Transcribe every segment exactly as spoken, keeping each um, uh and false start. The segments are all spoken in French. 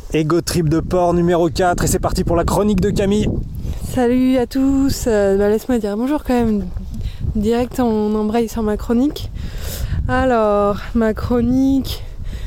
Ego Trip de Port numéro quatre et c'est parti pour la chronique de Camille. Salut à tous, euh, bah laisse-moi dire bonjour quand même, direct on embraye sur ma chronique. Alors, ma chronique...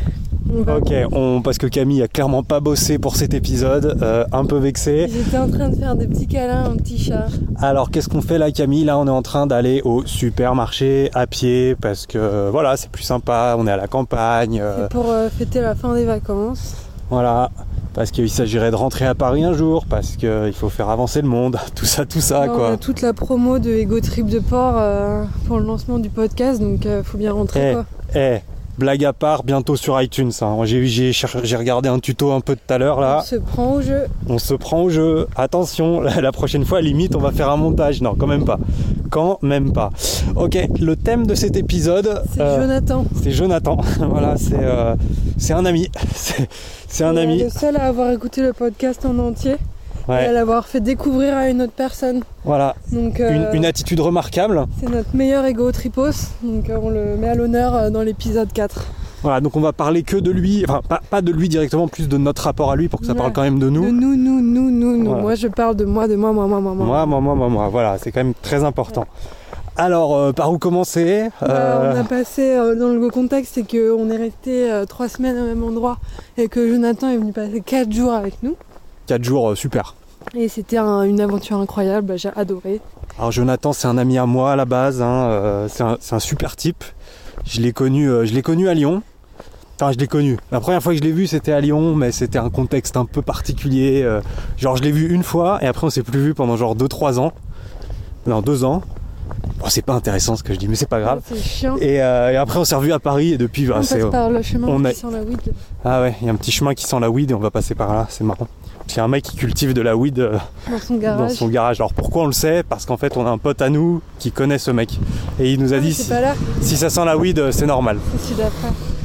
On va... Ok, on, parce que Camille a clairement pas bossé pour cet épisode, euh, un peu vexé. J'étais en train de faire des petits câlins à un petit chat. Alors qu'est-ce qu'on fait là Camille? Là on est en train d'aller au supermarché à pied parce que voilà c'est plus sympa, on est à la campagne. Euh... C'est pour euh, fêter la fin des vacances. Voilà, parce qu'il s'agirait de rentrer à Paris un jour, parce qu'il faut faire avancer le monde, tout ça, tout ça non, quoi. On a toute la promo de Ego Trip de Port euh, pour le lancement du podcast, donc euh, faut bien rentrer Eh, quoi. Eh, blague à part, bientôt sur iTunes. Hein. J'ai, j'ai, j'ai regardé un tuto un peu tout à l'heure là. On se prend au jeu. On se prend au jeu. Attention, la, la prochaine fois, limite, on va faire un montage. Non, quand même pas. Quand même pas. Ok, le thème de cet épisode... C'est euh, Jonathan. C'est Jonathan. Voilà, c'est, euh, c'est un ami. C'est, c'est un Et ami. Le seul à avoir écouté le podcast en entier. Ouais. Et à l'avoir fait découvrir à une autre personne. Voilà, donc, euh, une, une attitude remarquable. C'est notre meilleur Ego Tripos, donc euh, on le met à l'honneur dans l'épisode quatre. Voilà, donc on va parler que de lui, enfin pas, pas de lui directement, plus de notre rapport à lui pour que ça ouais. parle quand même de nous. De nous, nous, nous, nous, nous. Voilà. Moi je parle de moi, de moi, moi, moi, moi. Moi, moi, moi, moi, moi. Voilà, c'est quand même très important. Ouais. Alors, euh, par où commencer? bah, euh... On a passé, euh, dans le contexte, c'est qu'on est resté euh, trois semaines au même endroit et que Jonathan est venu passer quatre jours avec nous. Quatre jours, euh, super. Et c'était un, une aventure incroyable, bah, j'ai adoré. Alors Jonathan, c'est un ami à moi à la base, hein, euh, c'est, un, c'est un super type. Je l'ai connu, euh, je l'ai connu à Lyon. Enfin, je l'ai connu. La première fois que je l'ai vu, c'était à Lyon, mais c'était un contexte un peu particulier. Euh, genre, je l'ai vu une fois et après, on s'est plus vu pendant genre deux trois ans. Non, deux ans. Bon, c'est pas intéressant ce que je dis, mais c'est pas grave. C'est chiant. Et, euh, et après, on s'est revu à Paris et depuis, bah, on c'est. passe par le chemin on qui a... sent la weed. Ah ouais, il y a un petit chemin qui sent la weed et on va passer par là. C'est marrant. Il y a un mec qui cultive de la weed euh, dans son garage. Dans son garage. Alors pourquoi on le sait? Parce qu'en fait on a un pote à nous qui connaît ce mec. Et il nous a ah, dit si, pas là. si ça sent la weed, c'est normal. C'est celui d'après.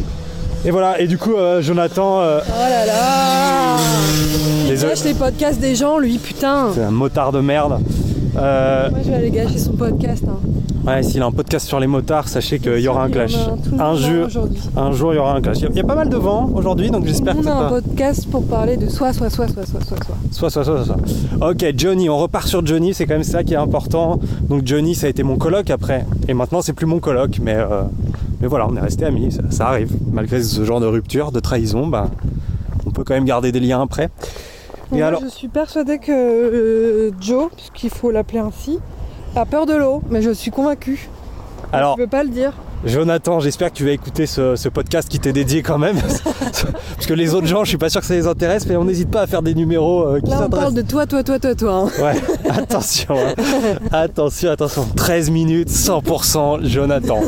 Et voilà, et du coup euh, Jonathan... Euh... Oh là là Il les gâche les podcasts des gens lui, putain. C'est un motard de merde. Euh... Moi je vais aller gâcher son podcast. Hein. Ouais, s'il a un podcast sur les motards, sachez qu'il y aura un clash. Un, un, jour, un jour, il y aura un clash. Il y a pas mal de vent aujourd'hui, donc j'espère que... On a un pas... podcast pour parler de soi, soit, soit, soit, soit, soit, soit. Soit, soit, soit, soit. Ok, Johnny, on repart sur Johnny, c'est quand même ça qui est important. Donc Johnny, ça a été mon coloc après. Et maintenant, c'est plus mon coloc, mais, euh... mais voilà, on est restés amis, ça, ça arrive. Malgré ce genre de rupture, de trahison, bah, on peut quand même garder des liens après. Et moi, alors... je suis persuadée que euh, Joe, puisqu'il faut l'appeler ainsi, a peur de l'eau, mais je suis convaincue. Alors, je peux pas le dire. Jonathan, j'espère que tu vas écouter ce, ce podcast qui t'est dédié quand même. Parce que les autres gens, je suis pas sûr que ça les intéresse, mais on n'hésite pas à faire des numéros euh, qui Là, s'adressent. on parle de toi, toi, toi, toi, toi. Hein. Ouais, attention, hein. attention, attention. treize minutes, cent pour cent Jonathan.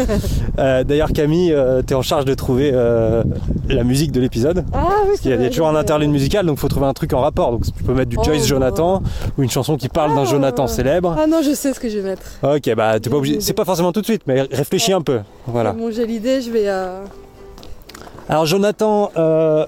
Euh, d'ailleurs, Camille, euh, t'es en charge de trouver euh, la musique de l'épisode. Ah oui, Parce qu'il y a vrai, toujours un interlude musical, donc il faut trouver un truc en rapport. Donc tu peux mettre du oh, Joyce Jonathan oh. ou une chanson qui parle ah, d'un Jonathan célèbre. Ah non, je sais ce que je vais mettre. Ok, bah t'es pas obligé. C'est pas forcément tout de suite, mais réfléchis un peu. Voilà. Bon, j'ai l'idée, je vais. Euh... Alors Jonathan, euh,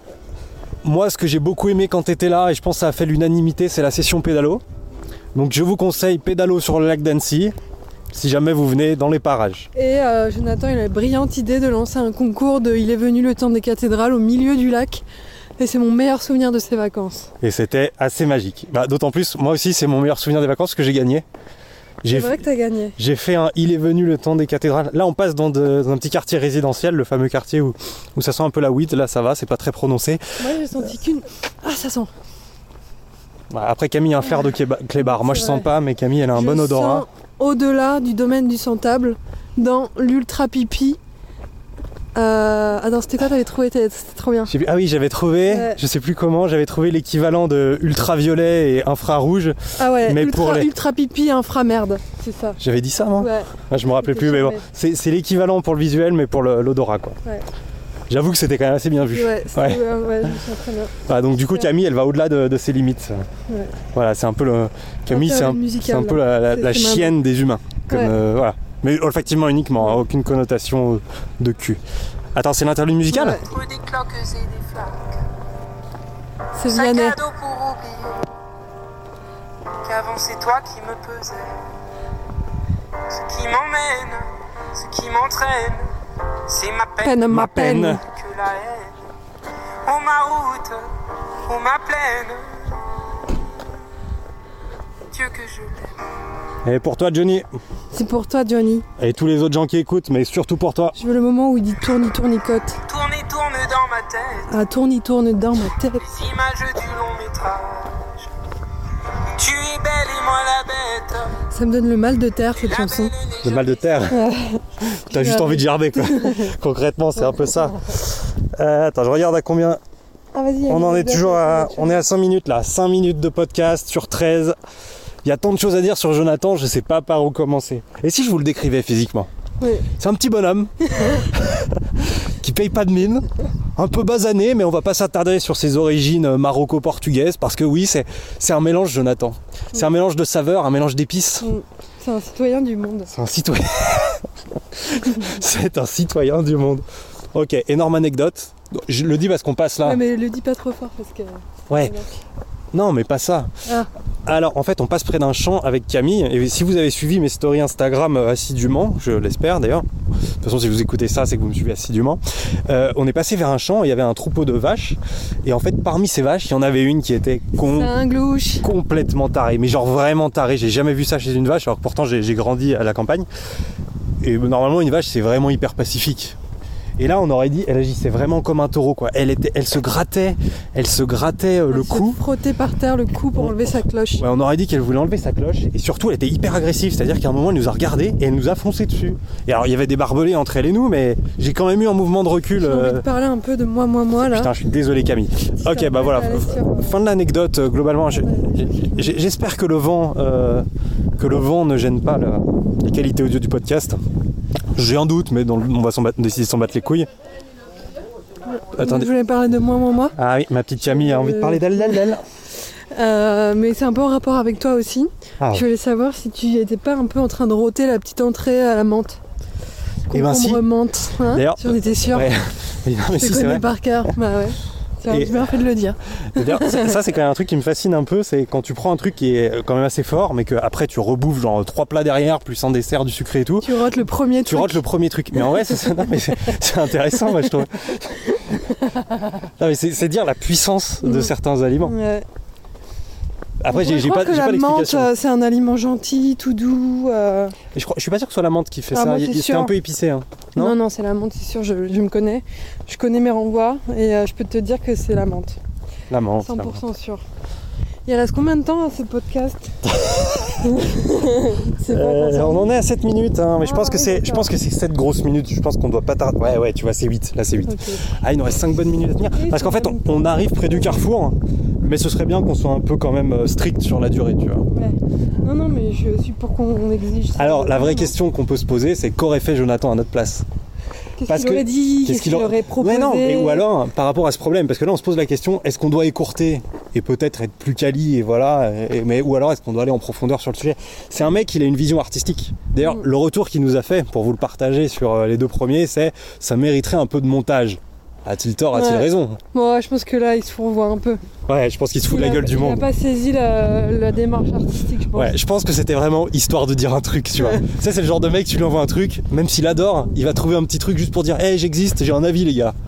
moi ce que j'ai beaucoup aimé quand t'étais là, et je pense que ça a fait l'unanimité, c'est la session pédalo. Donc je vous conseille pédalo sur le lac d'Annecy, si jamais vous venez dans les parages. Et euh, Jonathan, il a la brillante idée de lancer un concours de Il est venu le temps des cathédrales au milieu du lac. Et c'est mon meilleur souvenir de ces vacances. Et c'était assez magique. Bah, d'autant plus, moi aussi c'est mon meilleur souvenir des vacances que j'ai gagné. J'ai c'est vrai que t'as gagné. J'ai fait un Il est venu le temps des cathédrales. Là, on passe dans, de, dans un petit quartier résidentiel, le fameux quartier où, où ça sent un peu la weed. Là, ça va, c'est pas très prononcé. Moi, j'ai senti qu'une. Ah, ça sent. Après, Camille a un flair de clébard. Moi, c'est je vrai. sens pas, mais Camille, elle a un je bon odorat. Sens au-delà du domaine du sentable, dans l'ultra pipi. Euh... Attends, c'était quoi t'avais trouvé? C'était trop bien. Ah oui, j'avais trouvé, ouais. je sais plus comment, j'avais trouvé l'équivalent de ultraviolet et infrarouge. Ah ouais, mais ultra, pour les... ultra pipi, infra merde, c'est ça. J'avais dit ça, moi ouais. ah, je me rappelais plus, mais bon, c'est, c'est l'équivalent pour le visuel, mais pour le, l'odorat, quoi. Ouais. J'avoue que c'était quand même assez bien vu. Ouais, ouais. ouais, ouais je me sens très bien. Ah, donc du coup, Camille, elle va au-delà de, de ses limites. Ouais. Voilà, c'est un peu le... Camille, c'est un, c'est un peu la, la, la chienne des humains. Comme, ouais. euh, voilà. Mais olfactivement uniquement, hein, aucune connotation de cul. Attends, c'est l'interlude musical ouais. Entre des cloques et des flaques. C'est Vianney. Sac à dos pour oublier qu'avant c'est toi qui me pesais. Ce qui m'emmène, ce qui m'entraîne, c'est ma peine, peine, ma peine. Que la haine. Oh ma route, pour ma plaine. Dieu que je l'aime. Et pour toi, Johnny. C'est pour toi, Johnny. Et tous les autres gens qui écoutent, mais surtout pour toi. Je veux le moment où il dit tourne, il tourne, il cote. Tourne et tourne dans ma tête. Ah, tourne, il tourne dans ma tête. Les images du long métrage. Tu es belle et moi la bête. Ça me donne le mal de terre, cette chanson. Le mal de terre. T'as juste envie de gerber, quoi. Concrètement, c'est un peu ça. Euh, attends, je regarde à combien. Ah, vas-y. On en est toujours à. On est à cinq minutes là. cinq minutes de podcast sur treize. Il y a tant de choses à dire sur Jonathan, je sais pas par où commencer. Et si je vous le décrivais physiquement? Oui. C'est un petit bonhomme qui paye pas de mine, un peu basané, mais on va pas s'attarder sur ses origines maroco-portugaises parce que oui, c'est, c'est un mélange, Jonathan. C'est un mélange de saveurs, un mélange d'épices. C'est un citoyen du monde. C'est un citoyen. C'est un citoyen du monde. Ok, énorme anecdote. Je le dis parce qu'on passe là. Ouais, mais le dis pas trop fort parce que. Ouais. Non, mais pas ça. Ah. Alors, en fait, on passe près d'un champ avec Camille. Et si vous avez suivi mes stories Instagram assidûment, je l'espère d'ailleurs. De toute façon, si vous écoutez ça, c'est que vous me suivez assidûment. Euh, on est passé vers un champ. Il y avait un troupeau de vaches. Et en fait, parmi ces vaches, il y en avait une qui était con... C'est un glouche. complètement tarée. Mais genre vraiment tarée. J'ai jamais vu ça chez une vache. Alors que pourtant, j'ai, j'ai grandi à la campagne. Et normalement, une vache, c'est vraiment hyper pacifique. Et là, on aurait dit, elle agissait vraiment comme un taureau, quoi. Elle était, elle se grattait, elle se grattait euh, le Elle se cou. frottait par terre le cou pour enlever sa cloche. Ouais, on aurait dit qu'elle voulait enlever sa cloche. Et surtout, elle était hyper agressive. C'est-à-dire qu'à un moment, elle nous a regardé et elle nous a foncé dessus. Et alors, il y avait des barbelés entre elle et nous, mais j'ai quand même eu un mouvement de recul. J'ai euh... envie de parler un peu de moi, moi, moi, là. Putain, je suis désolé, Camille. Ok, bah voilà. Fin de l'anecdote. euh, Globalement, j'ai- j'ai- j'espère que le vent, euh, que le vent ne gêne pas la, les qualités audio du podcast. J'ai un doute, mais dans le- on va s'en battre- décider de s'en battre les couilles. Attendez. Je voulais parler de moi, moi, moi. Ah oui, ma petite Camille a envie de parler d'elle, d'elle, d'elle. Euh, mais c'est un peu en rapport avec toi aussi. Ah, Je voulais savoir si tu étais pas un peu en train de rôter la petite entrée à la menthe. Eh ben si. Concombre menthe. Hein, D'ailleurs, si on était sûr. ouais. Mais non, mais Je si, te c'est connais vrai. par cœur. Bah ouais. Et- C'est bien fait de le dire. D'ailleurs, ça, ça, c'est quand même un truc qui me fascine un peu, c'est quand tu prends un truc qui est quand même assez fort, mais que après tu rebouffes genre trois plats derrière, plus un dessert, du sucré et tout. Tu rotes le premier Tu truc. rotes le premier truc. Mais en vrai, c'est, ça- non, mais c'est, c'est intéressant, moi, je trouve. Non, mais c'est, c'est dire la puissance de Mm. certains aliments. Ouais. Après, On j'ai, pourrait j'ai croire pas, que j'ai pas la menthe, d'explication. euh, c'est un aliment gentil, tout doux. euh. Et je, crois, je suis pas sûr que ce soit la menthe qui fait Ah, ça. moi, Il- c'est il- c'est sûr. un peu épicé. Hein. Non, Non, non, c'est la menthe, c'est sûr. Je, je me connais. Je connais mes renvois et euh, je peux te dire que c'est la menthe. La menthe. cent la pour menthe. cent sûr. Il reste combien de temps à ce podcast? C'est pas Euh, passé. on en est à sept minutes, hein, mais je Ah, pense que oui, c'est, je d'accord. pense que c'est sept grosses minutes. Je pense qu'on doit pas tarder. Ouais, ouais, tu vois, c'est huit. Là, c'est huit. Ok. Ah, il nous reste cinq bonnes minutes à tenir. Oui, Parce qu'en c'est fait, on, bon. on arrive près du carrefour, mais ce serait bien qu'on soit un peu quand même euh, strict sur la durée, tu vois. Ouais. Non, non, mais je suis pour qu'on exige. ça. Alors, la vraie question qu'on peut se poser, c'est qu'aurait fait Jonathan à notre place? Qu'est-ce parce qu'il que- aurait dit? Qu'est-ce qu'il aurait- aurait proposé? Ouais, non, mais- ou alors, par rapport à ce problème, parce que là, on se pose la question, est-ce qu'on doit écourter et peut-être être plus quali, et voilà, et- mais, ou alors est-ce qu'on doit aller en profondeur sur le sujet? C'est un mec, il a une vision artistique. D'ailleurs, Mm. le retour qu'il nous a fait, pour vous le partager sur euh, les deux premiers, c'est ça mériterait un peu de montage. A-t-il tort, a-t-il Ouais. raison? Bon, ouais, je pense que là, il se fourvoie un peu. Ouais, je pense qu'il se fout de Il la a- gueule du Il monde. n'a pas saisi la, la démarche artistique, je pense. Ouais, je pense que c'était vraiment histoire de dire un truc, tu vois. Ouais. Ça, c'est le genre de mec, tu lui envoies un truc, même s'il adore, il va trouver un petit truc juste pour dire hey, j'existe, j'ai un avis, les gars.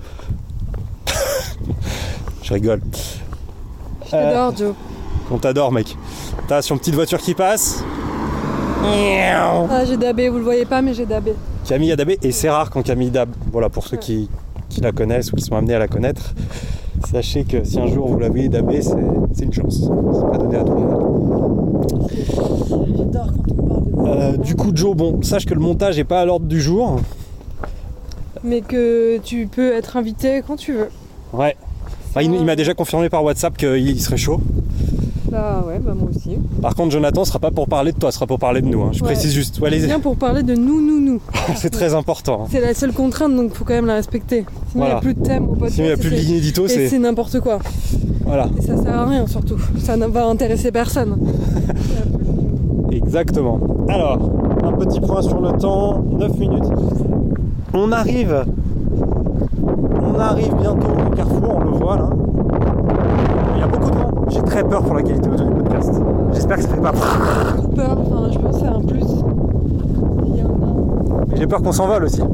Je rigole. Je t'adore, Joe. On t'adore, mec. T'as sur une petite voiture qui passe. Ah, j'ai dabé, vous le voyez pas, mais j'ai dabé. Camille a dabé, et c'est rare quand Camille dab. Voilà, pour ceux qui, qui la connaissent ou qui sont amenés à la connaître, sachez que si un jour vous la voyez dabé, c'est, c'est une chance. C'est pas donné à tout le monde. J'adore quand on parle de moi. Euh, du coup, Joe, bon, sache que le montage est pas à l'ordre du jour. Mais que tu peux être invité quand tu veux. Ouais. Enfin, il, il m'a déjà confirmé par WhatsApp qu'il serait chaud. Bah ouais, bah moi aussi. Par contre, Jonathan sera pas pour parler de toi, sera pour parler de nous. hein. Je Ouais. précise juste. Ouais, les- Viens pour parler de nous, nous, nous. c'est très important. hein. C'est la seule contrainte, donc faut quand même la respecter. Sinon, il n'y Voilà. a plus de thème au podcast. Sinon, il n'y a plus de et ligne édito, c'est- Et c'est. c'est n'importe quoi. Voilà. Et ça sert à rien, surtout. Ça ne va intéresser personne. Exactement. Alors, un petit point sur le temps, neuf minutes. On arrive. On arrive bientôt au carrefour, on le voit là. Il y a beaucoup de vent. J'ai très peur pour la qualité audio du podcast. J'espère que ça fait pas. Peur, enfin, je pense que c'est un plus. Il y en a. Mais j'ai peur qu'on s'envole aussi.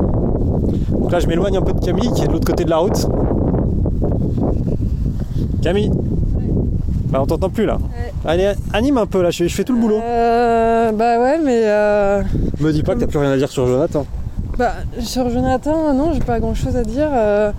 Donc là, je m'éloigne un peu de Camille qui est de l'autre côté de la route. Camille, Bah on t'entend plus là. Ouais. Allez, anime un peu là, je, je fais tout le boulot. Euh, bah ouais, mais euh, Me dis pas que t'as plus rien à dire sur Jonathan. bah sur Jonathan, non, j'ai pas grand chose à dire. Euh,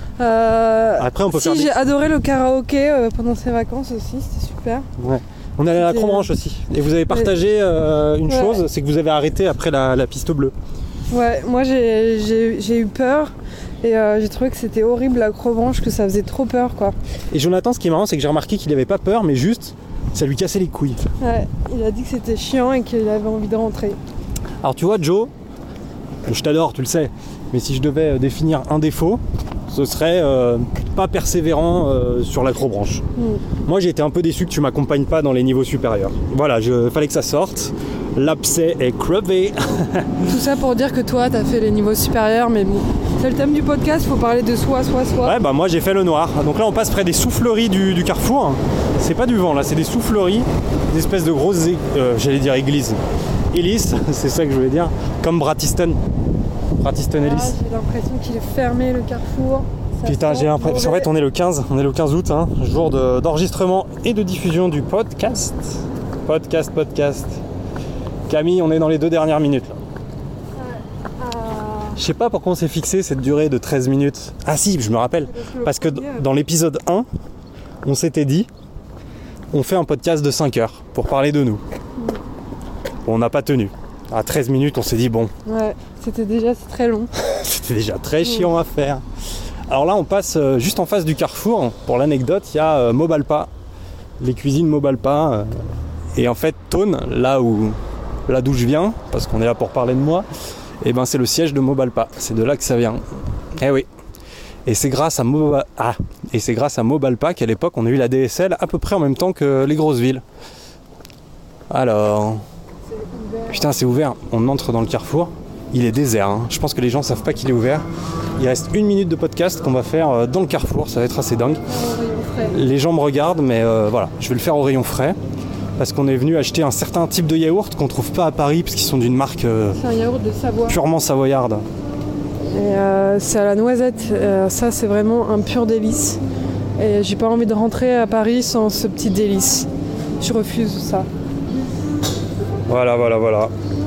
euh, Après on peut si, faire des... j'ai adoré le karaoké euh, pendant ses vacances aussi, c'était super. Ouais. On allait à la C'était- Crobranche aussi. Et vous avez partagé euh, une Ouais. chose, c'est que vous avez arrêté après la, la piste bleue. Ouais, moi j'ai, j'ai, j'ai eu peur et euh, j'ai trouvé que c'était horrible la Crobranche, que ça faisait trop peur quoi. Et Jonathan, ce qui est marrant, c'est que j'ai remarqué qu'il avait pas peur, mais juste, ça lui cassait les couilles. Ouais, il a dit que c'était chiant et qu'il avait envie de rentrer. Alors tu vois, Joe, je t'adore, tu le sais, mais si je devais euh, définir un défaut, ce serait euh, pas persévérant euh, sur l'acrobranche. Mm. Moi j'ai été un peu déçu que tu m'accompagnes pas dans les niveaux supérieurs. Voilà, il fallait que ça sorte. L'abcès est crevé. Tout ça pour dire que toi t'as fait les niveaux supérieurs, mais bon, c'est le thème du podcast, faut parler de soi, soi, soi. Ouais, bah moi j'ai fait le noir. Donc là on passe près des souffleries du, du carrefour. C'est pas du vent là, c'est des souffleries, des espèces de grosses, é- euh, j'allais dire églises. Hélices, c'est ça que je voulais dire. Comme Bratiston. Bratiston Ah, Hélice. j'ai l'impression qu'il est fermé le carrefour. Ça Putain, sent j'ai l'impression. Parce qu'en fait, on est le quinze, on est le quinze août, hein, jour de- d'enregistrement et de diffusion du podcast. Podcast, podcast. Camille, on est dans les deux dernières minutes là. Ah, Je sais pas pourquoi on s'est fixé cette durée de treize minutes. Ah si, je me rappelle. Parce que d- dans l'épisode un, on s'était dit, on fait un podcast de cinq heures pour parler de nous. Bon, on n'a pas tenu. À treize minutes, on s'est dit, bon, ouais, c'était déjà c'est très long. c'était déjà très chiant à faire. Alors là, on passe euh, juste en face du carrefour. Pour l'anecdote, il y a euh, Mobalpa, les cuisines Mobalpa. euh, et en fait, Thône, là où, là d'où je viens, parce qu'on est là pour parler de moi, et ben c'est le siège de Mobalpa. C'est de là que ça vient. Eh oui. Et c'est grâce à Moba... ah, et c'est grâce à Mobalpa qu'à l'époque, on a eu la D S L à peu près en même temps que les grosses villes. Alors, putain, c'est ouvert. On entre dans le carrefour. Il est désert, hein. Je pense que les gens savent pas qu'il est ouvert. Il reste une minute de podcast qu'on va faire euh, dans le carrefour, ça va être assez dingue. Au rayon frais. Les gens me regardent, mais euh, voilà, je vais le faire au rayon frais. Parce qu'on est venu acheter un certain type de yaourt qu'on trouve pas à Paris, parce qu'ils sont d'une marque euh, C'est un yaourt de Savoie. purement savoyarde. Et euh, c'est à la noisette. Euh, ça, c'est vraiment un pur délice. Et j'ai pas envie de rentrer à Paris sans ce petit délice. Je refuse ça. Voilà, voilà, voilà.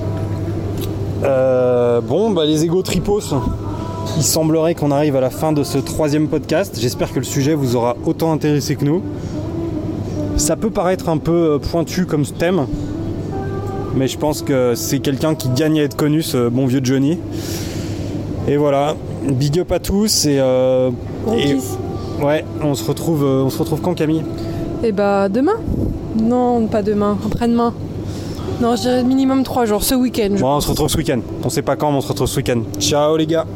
Euh, bon, bah les égos tripos, il semblerait qu'on arrive à la fin de ce troisième podcast. J'espère que le sujet vous aura autant intéressé que nous. Ça peut paraître un peu pointu comme thème, mais je pense que c'est quelqu'un qui gagne à être connu, ce bon vieux Johnny. Et voilà, big up à tous et, euh, Gros et kiss. ouais, on se retrouve, euh, on se retrouve quand, Camille? Et bah demain. Non, pas demain, après-demain. Non, je dirais minimum trois jours, ce week-end. je Bon, on pense. se retrouve ce week-end. On sait pas quand, mais on se retrouve ce week-end. Ciao les gars.